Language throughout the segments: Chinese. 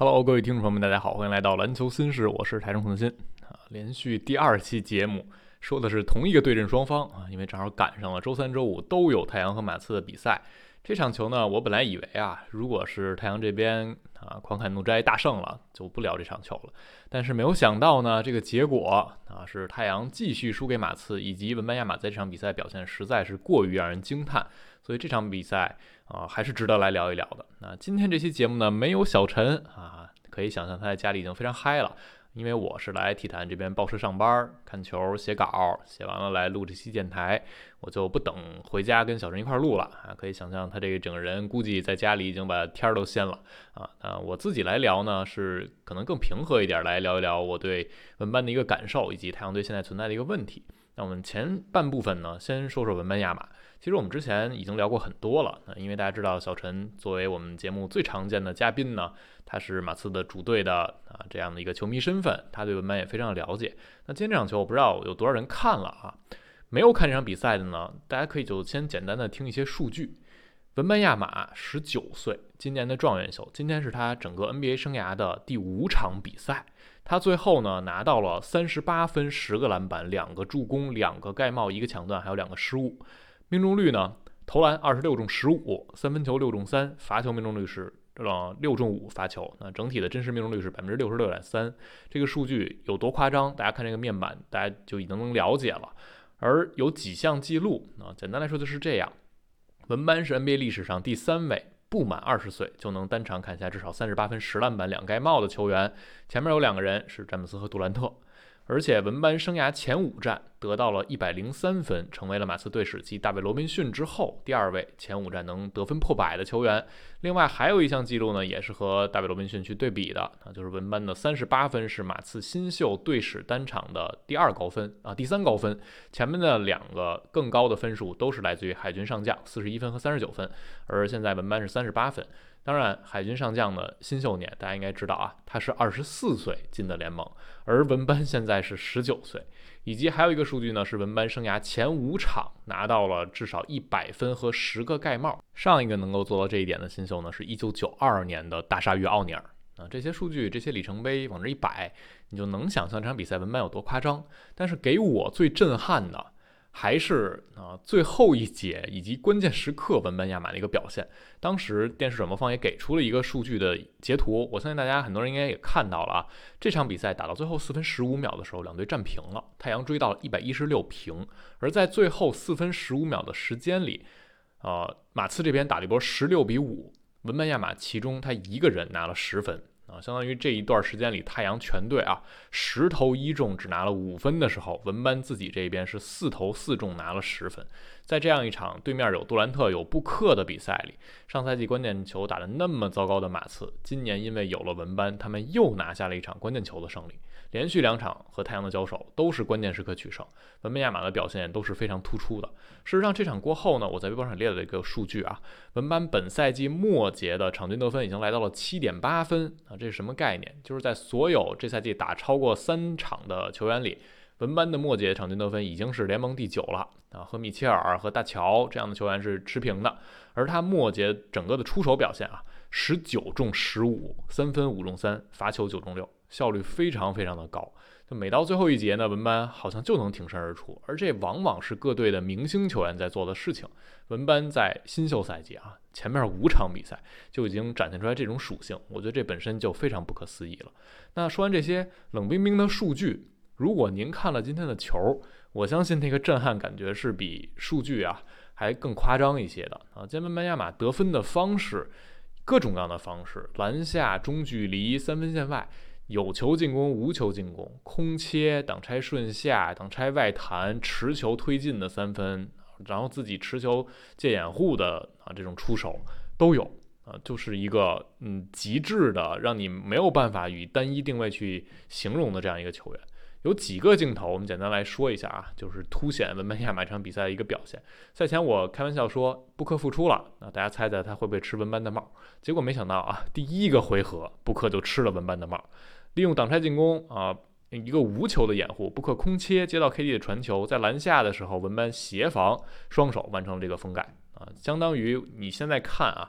Hello，各位听众朋友们，大家好，欢迎来到篮球新事，我是台中恒鑫连续第二期节目说的是同一个对阵双方因为正好赶上了周三、周五都有太阳和马刺的比赛。这场球呢，我本来以为如果是太阳这边狂砍怒摘大胜了，就不聊这场球了。但是没有想到呢，这个结果是太阳继续输给马刺，以及文班亚马在这场比赛表现实在是过于让人惊叹。所以这场比赛还是值得来聊一聊的。那今天这期节目呢，没有小陈可以想象他在家里已经非常嗨了，因为我是来体坛这边报社上班、看球、写稿，写完了来录这期电台，我就不等回家跟小陈一块录了可以想象他这个整个人估计在家里已经把天都掀了我自己来聊呢，是可能更平和一点，来聊一聊我对文班的一个感受，以及太阳队现在存在的一个问题。那我们前半部分呢，先说说文班亚马。其实我们之前已经聊过很多了，因为大家知道小陈作为我们节目最常见的嘉宾呢，他是马刺的主队的这样的一个球迷身份，他对文班也非常的了解。那今天这场球我不知道有多少人看了没有看这场比赛的呢，大家可以就先简单的听一些数据。文班亚马19岁，今年的状元秀，今天是他整个 NBA 生涯的第5场比赛。他最后呢拿到了38分、10个篮板、2个助攻、2个盖帽、1个抢断，还有2个失误。命中率呢，投篮26中15，三分球6中3，罚球命中率是6中5罚球。那整体的真实命中率是 66.3%。这个数据有多夸张，大家看这个面板大家就已经能了解了。而有几项记录简单来说就是这样。文班是 NBA 历史上第3位不满20岁就能单场砍下至少38分、10篮板、2盖帽的球员，前面有2个人是詹姆斯和杜兰特。而且文班生涯前5战得到了103分，成为了马刺队史继大卫罗宾逊之后第2位前5战能得分破100的球员。另外还有一项记录呢，也是和大卫罗宾逊去对比的，就是文班的38分是马刺新秀队史单场的第3高分，前面的2个更高的分数都是来自于海军上将41分和39分，而现在文班是38分。当然海军上将的新秀年大家应该知道他是24岁进的联盟，而文班现在是19岁。以及还有一个数据呢，是文班生涯前5场拿到了至少100分和10个盖帽，上一个能够做到这一点的新秀呢，是1992年的大鲨鱼奥尼尔这些数据这些里程碑往这一摆，你就能想象这场比赛文班有多夸张。但是给我最震撼的还是最后一节以及关键时刻文班亚马的一个表现。当时电视转播方也给出了一个数据的截图，我相信大家很多人应该也看到了这场比赛打到最后4分15秒的时候，两队战平了，太阳追到了116平。而在最后4分15秒的时间里马刺这边打了一波16-5，文班亚马其中他一个人拿了10分相当于这一段时间里太阳全队10投1中只拿了5分的时候，文班自己这边是4投4中拿了10分。在这样一场对面有杜兰特有布克的比赛里，上赛季关键球打得那么糟糕的马刺，今年因为有了文班，他们又拿下了一场关键球的胜利。连续2场和太阳的交手都是关键时刻取胜，文班亚马的表现都是非常突出的。事实上这场过后呢，我在微博上列了一个数据文班本赛季末节的场均得分已经来到了 7.8 分这是什么概念？就是在所有这赛季打超过3场的球员里，文班的末节场均得分已经是联盟第9了和米切尔和大乔这样的球员是持平的。而他末节整个的出手表现19中15，三分5中3，罚球9中6，效率非常非常的高。就每到最后一节呢，文班好像就能挺身而出，而这往往是各队的明星球员在做的事情。文班在新秀赛季前面5场比赛就已经展现出来这种属性，我觉得这本身就非常不可思议了。那说完这些冷冰冰的数据，如果您看了今天的球，我相信那个震撼感觉是比数据还更夸张一些的今天文班亚马得分的方式各种各样的方式，篮下、中距离、3分线外，有球进攻、无球进攻，空切、挡拆顺下、挡拆外弹、持球推进的3分，然后自己持球借掩护的这种出手都有就是一个极致的让你没有办法以单一定位去形容的这样一个球员。有几个镜头我们简单来说一下就是凸显文班亚马这场比赛的一个表现。赛前我开玩笑说布克复出了，那大家猜猜他会不会吃文班的帽？结果没想到第一个回合布克就吃了文班的帽，利用挡拆进攻一个无球的掩护，布克空切接到 KD 的传球，在篮下的时候文班协防双手完成了这个封盖相当于你现在看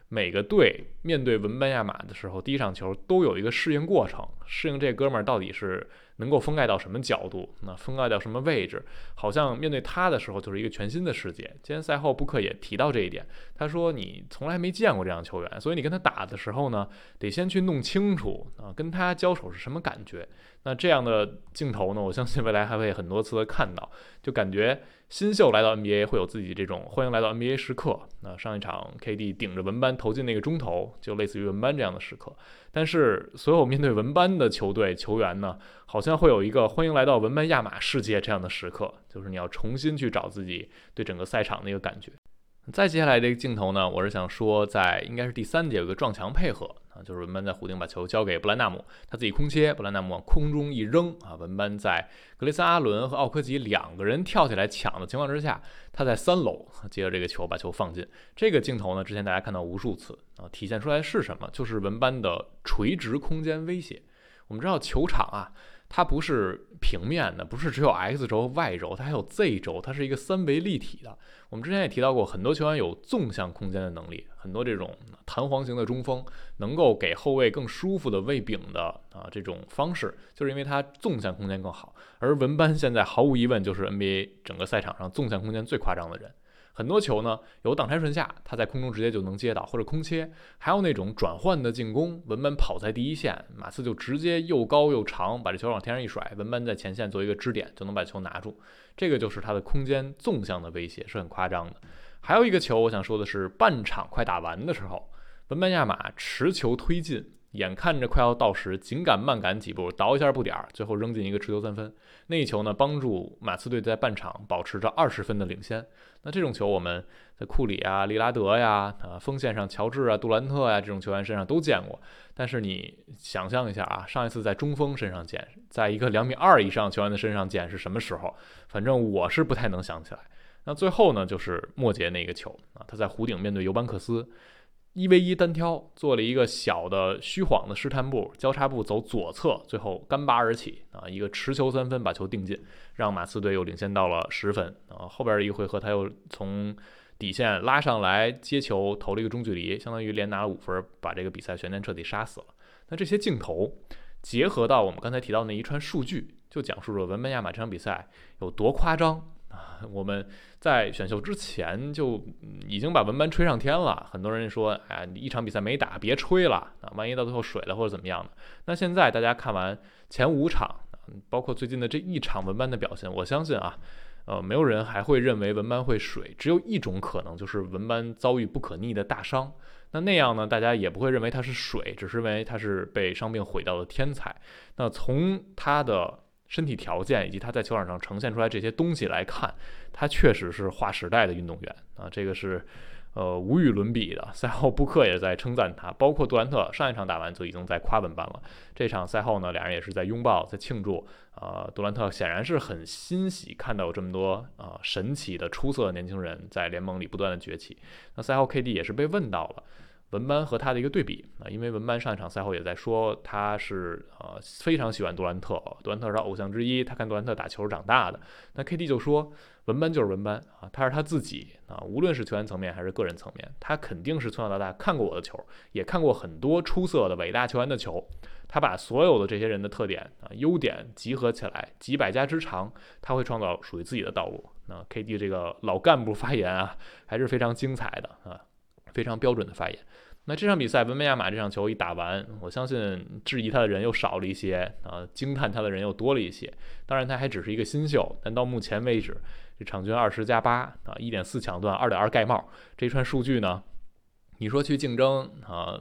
每个队面对文班亚马的时候，第一场球都有一个适应过程，适应这哥们儿到底是能够封盖到什么角度，那封盖到什么位置，好像面对他的时候就是一个全新的世界。今天赛后布克也提到这一点，他说你从来没见过这样球员，所以你跟他打的时候呢，得先去弄清楚跟他交手是什么感觉。那这样的镜头呢，我相信未来还会很多次的看到，就感觉新秀来到 NBA 会有自己这种欢迎来到 NBA 时刻。那上一场 KD 顶着文班投进那个中投，就类似于文班这样的时刻。但是所有面对文班的球队球员呢，好像会有一个欢迎来到文班亚马世界这样的时刻，就是你要重新去找自己对整个赛场的一个感觉。再接下来这个镜头呢，我是想说，在应该是第3节有个撞墙配合就是文班在弧顶把球交给布兰纳姆，他自己空切，布兰纳姆往空中一扔文班在格雷森阿伦和奥科吉2个人跳起来抢的情况之下，他在3楼接着这个球把球放进。这个镜头呢，之前大家看到无数次体现出来是什么？就是文班的垂直空间威胁。我们知道球场它不是平面的，不是只有 X 轴、Y 轴，它还有 Z 轴，它是一个3维立体的。我们之前也提到过，很多球员有纵向空间的能力，很多这种弹簧型的中锋能够给后卫更舒服的喂饼的这种方式，就是因为它纵向空间更好。而文班现在毫无疑问就是 NBA 整个赛场上纵向空间最夸张的人。很多球呢有挡拆顺下，他在空中直接就能接到，或者空切，还有那种转换的进攻，文班跑在第一线，马刺就直接又高又长把这球往天上一甩，文班在前线做一个支点就能把球拿住，这个就是他的空间纵向的威胁，是很夸张的。还有一个球我想说的是，半场快打完的时候，文班亚马持球推进，眼看着快要到时，紧赶慢赶几步，倒一下步点，最后扔进一个持球3分。那一球呢，帮助马刺队在半场保持着20分的领先。那这种球我们在库里利拉德锋线上乔治杜兰特这种球员身上都见过。但是你想象一下上一次在中锋身上见，在一个2.2米以上球员的身上见是什么时候？反正我是不太能想起来。那最后呢，就是末节那个球他在弧顶面对尤班克斯1v1单挑，做了一个小的虚晃的试探步，交叉步走左侧，最后干拔而起一个持球3分把球定进，让马刺队又领先到了10分后边一回合他又从底线拉上来接球投了一个中距离，相当于连拿了5分，把这个比赛悬念彻底杀死了。那这些镜头结合到我们刚才提到那一串数据，就讲述了文班亚马这场比赛有多夸张我们在选秀之前就已经把文班吹上天了，很多人说你一场比赛没打别吹了万一到最后水了或者怎么样的。那现在大家看完前5场包括最近的这一场文班的表现，我相信没有人还会认为文班会水，只有一种可能，就是文班遭遇不可逆的大伤。那样呢，大家也不会认为他是水，只是因为他是被伤病毁掉的天才。那从他的身体条件以及他在球场上呈现出来这些东西来看，他确实是划时代的运动员这个是无与伦比的。赛后布克也在称赞他，包括杜兰特上一场打完就已经在夸文班了。这场赛后呢，两人也是在拥抱，在庆祝。杜兰特显然是很欣喜看到有这么多神奇的出色的年轻人在联盟里不断的崛起。那赛后 KD 也是被问到了文班和他的一个对比因为文班上一场赛后也在说他是非常喜欢杜兰特，杜兰特是他偶像之一，他看杜兰特打球长大的。那 KD 就说文班就是文班他是他自己无论是球员层面还是个人层面，他肯定是从小到大看过我的球，也看过很多出色的伟大球员的球，他把所有的这些人的特点优点集合起来，几百家之长，他会创造属于自己的道路。那 KD 这个老干部发言还是非常精彩的非常标准的发言。那这场比赛文班亚马这场球一打完，我相信质疑他的人又少了一些惊叹他的人又多了一些。当然他还只是一个新秀，但到目前为止这场均20+8 1.4抢断 2.2 盖帽，这一串数据呢，你说去竞争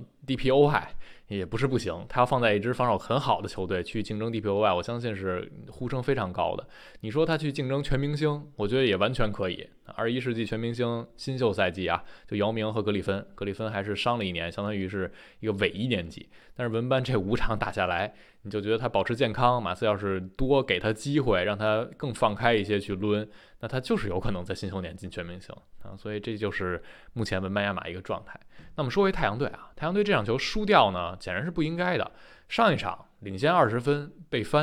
DPOY也不是不行，他要放在一支防守很好的球队去竞争 DPOY， 我相信是呼声非常高的。你说他去竞争全明星，我觉得也完全可以。21世纪全明星新秀赛季就姚明和格里芬还是伤了1年，相当于是一个伪1年级。但是文班这5场打下来，你就觉得他保持健康，马刺要是多给他机会，让他更放开一些去抡，那他就是有可能在新秀年进全明星所以这就是目前文班亚马一个状态。那么说回太阳队太阳队这场球输掉呢，显然是不应该的。上一场领先20分被翻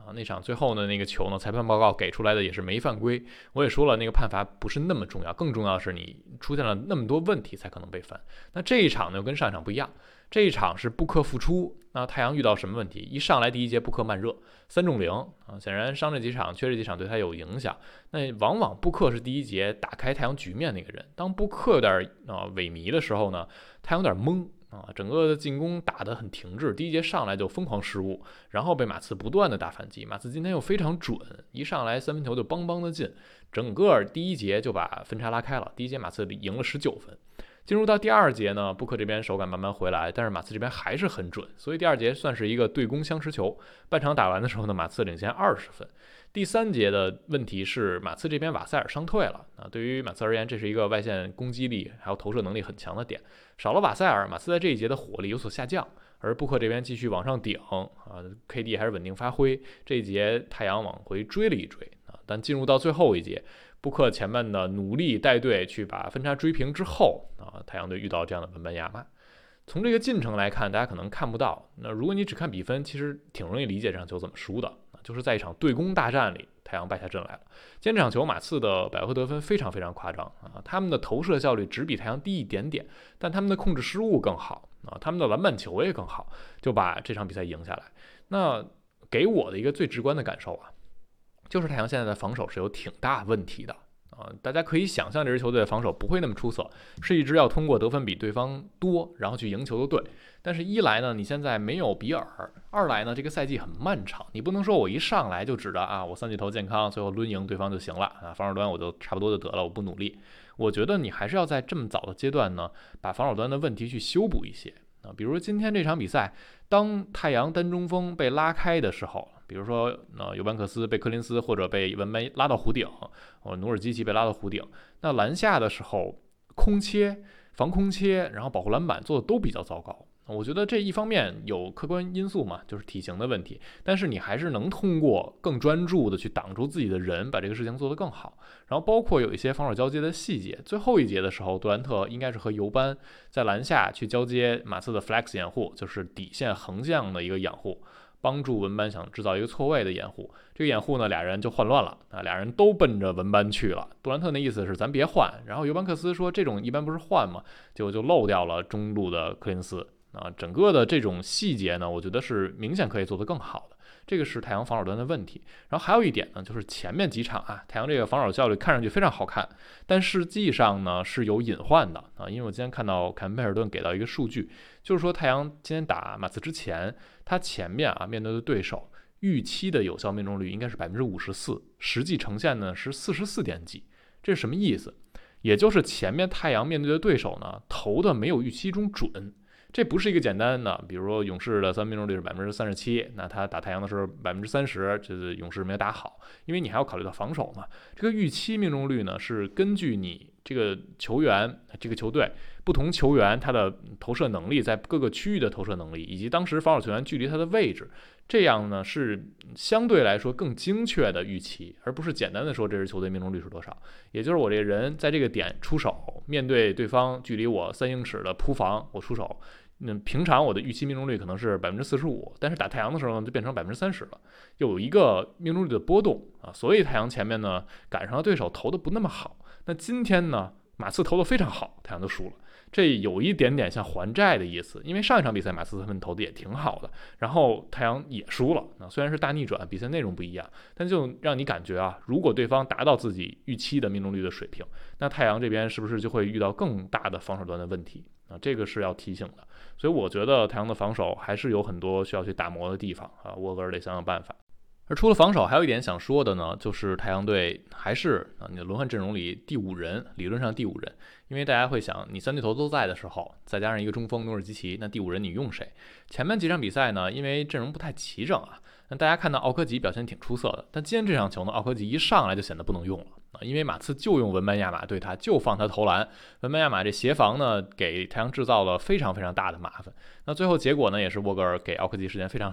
那场最后的那个球呢，裁判报告给出来的也是没犯规。我也说了，那个判罚不是那么重要，更重要的是你出现了那么多问题才可能被犯。那这一场呢，跟上一场不一样，这一场是布克复出。那太阳遇到什么问题？一上来第一节布克慢热，3中0啊，显然伤这几场、缺这几场对他有影响。那往往布克是第一节打开太阳局面那个人。当布克有点萎靡的时候呢，太阳有点懵。整个的进攻打得很停滞，第一节上来就疯狂失误，然后被马刺不断的打反击。马刺今天又非常准，一上来3分球就邦邦的进，整个第一节就把分差拉开了。第一节马刺赢了19分。进入到第二节呢，布克这边手感慢慢回来，但是马刺这边还是很准，所以第二节算是一个对攻相持球。半场打完的时候呢，马刺领先20分。第三节的问题是马刺这边瓦塞尔伤退了对于马刺而言，这是一个外线攻击力还有投射能力很强的点。少了瓦塞尔，马刺在这一节的火力有所下降，而布克这边继续往上顶KD 还是稳定发挥。这一节太阳往回追了一追但进入到最后一节，布克前面的努力带队去把分差追平之后太阳队遇到这样的文班亚马。从这个进程来看，大家可能看不到。那如果你只看比分，其实挺容易理解这场球怎么输的，就是在一场对攻大战里，太阳败下阵来了。今天这场球，马刺的百回得分非常非常夸张他们的投射效率只比太阳低一点点，但他们的控制失误更好他们的篮板球也更好，就把这场比赛赢下来。那给我的一个最直观的感受就是太阳现在的防守是有挺大问题的大家可以想象这支球队的防守不会那么出色，是一支要通过得分比对方多然后去赢球的队。但是一来呢，你现在没有比尔；二来呢，这个赛季很漫长，你不能说我一上来就指着我三巨头健康，最后抡赢对方就行了防守端我就差不多就得了，我不努力。我觉得你还是要在这么早的阶段呢，把防守端的问题去修补一些比如说今天这场比赛，当太阳单中锋被拉开的时候，比如说尤班克斯被柯林斯或者被文班拉到弧顶，努尔基奇被拉到弧顶，那篮下的时候空切、防空切，然后保护篮板做的都比较糟糕。我觉得这一方面有客观因素嘛，就是体型的问题，但是你还是能通过更专注的去挡住自己的人，把这个事情做得更好。然后包括有一些防守交接的细节，最后一节的时候，杜兰特应该是和尤班在篮下去交接马刺的 flex 掩护，就是底线横向的一个掩护，帮助文班想制造一个错位的掩护。这个掩护呢，俩人就混乱了俩人都奔着文班去了。杜兰特的意思是咱别换，然后尤班克斯说这种一般不是换吗？结果就漏掉了中路的柯林斯整个的这种细节呢，我觉得是明显可以做得更好的。这个是太阳防守端的问题。然后还有一点呢，就是前面几场太阳这个防守效率看上去非常好看，但实际上呢是有隐患的因为我今天看到凯文佩尔顿给到一个数据，就是说太阳今天打马刺之前，他前面面对的对手预期的有效命中率应该是54%，实际呈现呢是44点几。这是什么意思？也就是前面太阳面对的对手呢，投的没有预期中准。这不是一个简单的，比如说勇士的三分命中率是37%，那他打太阳的时候30%，这勇士没有打好，因为你还要考虑到防守嘛。这个预期命中率呢，是根据你这个球员、这个球队不同球员他的投射能力，在各个区域的投射能力，以及当时防守球员距离他的位置，这样呢是相对来说更精确的预期，而不是简单的说这支球队命中率是多少。也就是我这个人在这个点出手，面对对方距离我3英尺的扑防，我出手。平常我的预期命中率可能是45%，但是打太阳的时候呢，就变成30%了，有一个命中率的波动所以太阳前面呢赶上了对手投的不那么好。那今天呢，马刺投的非常好，太阳就输了。这有一点点像还债的意思，因为上一场比赛马刺他们投的也挺好的，然后太阳也输了虽然是大逆转，比赛内容不一样，但就让你感觉如果对方达到自己预期的命中率的水平，那太阳这边是不是就会遇到更大的防守端的问题这个是要提醒的。所以我觉得太阳的防守还是有很多需要去打磨的地方沃格尔得想想办法。而除了防守，还有一点想说的呢，就是太阳队还是你的轮换阵容里第5人，理论上第5人，因为大家会想，你三巨头都在的时候，再加上一个中锋努尔基奇，那第5人你用谁？前面几场比赛呢，因为阵容不太齐整那大家看到奥科吉表现挺出色的，但今天这场球呢，奥科吉一上来就显得不能用了因为马刺就用文班亚马对他，就放他投篮。文班亚马这协防呢，给太阳制造了非常非常大的麻烦。那最后结果呢，也是沃格尔给奥科吉时间非常少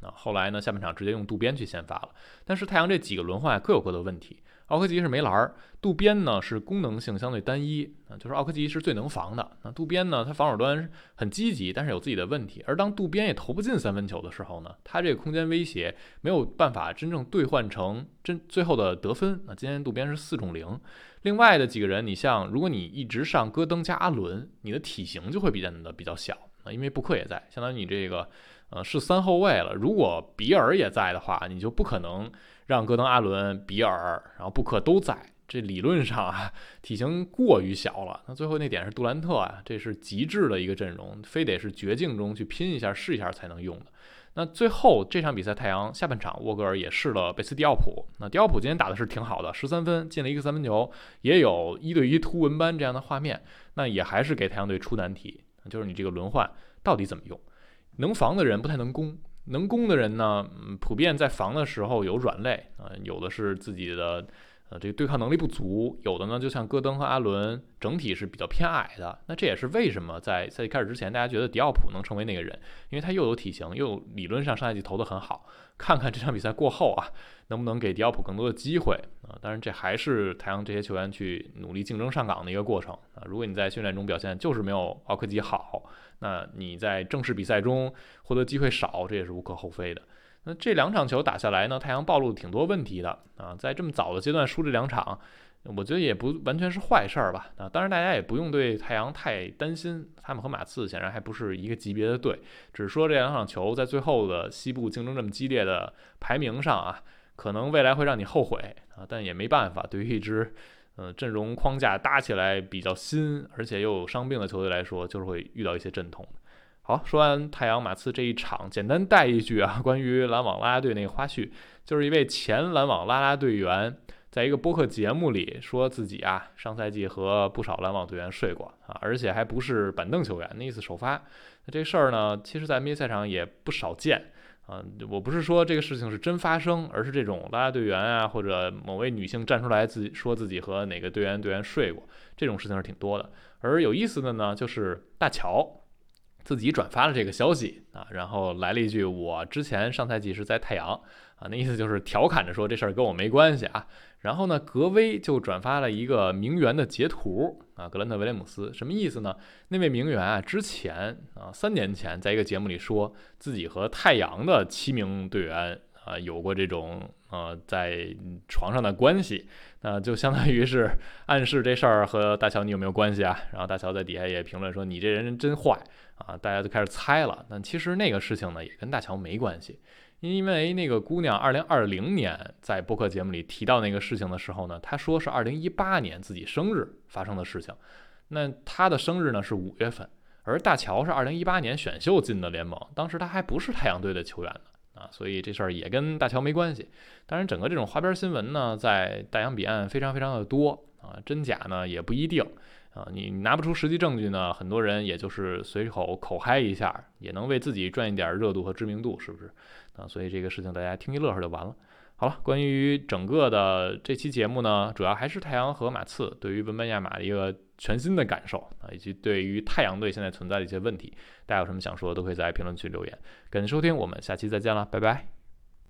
后来呢，下半场直接用渡边去先发了。但是太阳这几个轮换各有各的问题。奥科吉是没篮，渡边呢是功能性相对单一，就是奥科吉是最能防的。那渡边呢，他防守端很积极，但是有自己的问题。而当渡边也投不进三分球的时候呢，他这个空间威胁没有办法真正兑换成最后的得分。那今天渡边是4中0。另外的几个人，你像如果你一直上戈登加阿伦，你的体型就会变得比较小因为布克也在，相当于你这个是3后卫了。如果比尔也在的话，你就不可能让戈登、阿伦、比尔，然后布克都在，这理论上体型过于小了。那最后那点是杜兰特这是极致的一个阵容，非得是绝境中去拼一下试一下才能用的。那最后这场比赛，太阳下半场沃格尔也试了贝斯迪奥普。那迪奥普今天打的是挺好的，13分进了一个3分球，也有1对1图文班这样的画面。那也还是给太阳队出难题，就是你这个轮换到底怎么用？能防的人不太能攻，能攻的人呢，普遍在防的时候有软肋有的是自己的这个对抗能力不足，有的呢就像戈登和阿伦整体是比较偏矮的。那这也是为什么在赛季开始之前大家觉得迪奥普能成为那个人，因为他又有体型，又有理论上上赛季投得很好。看看这场比赛过后能不能给迪奥普更多的机会当然这还是太阳这些球员去努力竞争上岗的一个过程如果你在训练中表现就是没有奥科吉好，那你在正式比赛中获得机会少，这也是无可厚非的。那这2场球打下来呢，太阳暴露挺多问题的在这么早的阶段输这2场，我觉得也不完全是坏事吧当然大家也不用对太阳太担心，他们和马刺显然还不是一个级别的队，只是说这2场球在最后的西部竞争这么激烈的排名上可能未来会让你后悔但也没办法，对于一支阵容框架搭起来比较新而且又有伤病的球队来说，就是会遇到一些阵痛。好，说完太阳马刺这一场，简单带一句关于篮网啦啦队那个花絮，就是一位前篮网啦啦队员在一个播客节目里说自己上赛季和不少篮网队员睡过而且还不是板凳球员，那意思首发。那这事儿呢，其实在 NBA 赛场也不少见我不是说这个事情是真发生，而是这种啦啦队员或者某位女性站出来说自己和哪个队员睡过，这种事情是挺多的。而有意思的呢，就是大乔自己转发了这个消息然后来了一句我之前上赛季是在太阳那意思就是调侃着说这事儿跟我没关系然后呢，格威就转发了一个名媛的截图格兰特·威廉姆斯，什么意思呢？那位名媛之前3年前在一个节目里说自己和太阳的7名队员有过这种在床上的关系，那就相当于是暗示这事儿和大乔你有没有关系然后大乔在底下也评论说你这人真坏大家就开始猜了。但其实那个事情呢也跟大乔没关系，因为那个姑娘2020年在播客节目里提到那个事情的时候呢，她说是2018年自己生日发生的事情。那她的生日呢是5月份，而大乔是2018年选秀进的联盟，当时他还不是太阳队的球员呢所以这事儿也跟大乔没关系。当然整个这种花边新闻呢在大洋彼岸非常非常的多真假呢也不一定你拿不出实际证据呢，很多人也就是随口嗨一下，也能为自己赚一点热度和知名度，是不是所以这个事情大家听一乐呵就完了。好了，关于整个的这期节目呢，主要还是太阳和马刺对于文班亚马的一个全新的感受以及对于太阳队现在存在的一些问题，大家有什么想说的都可以在评论区留言。感谢收听，我们下期再见了，拜拜。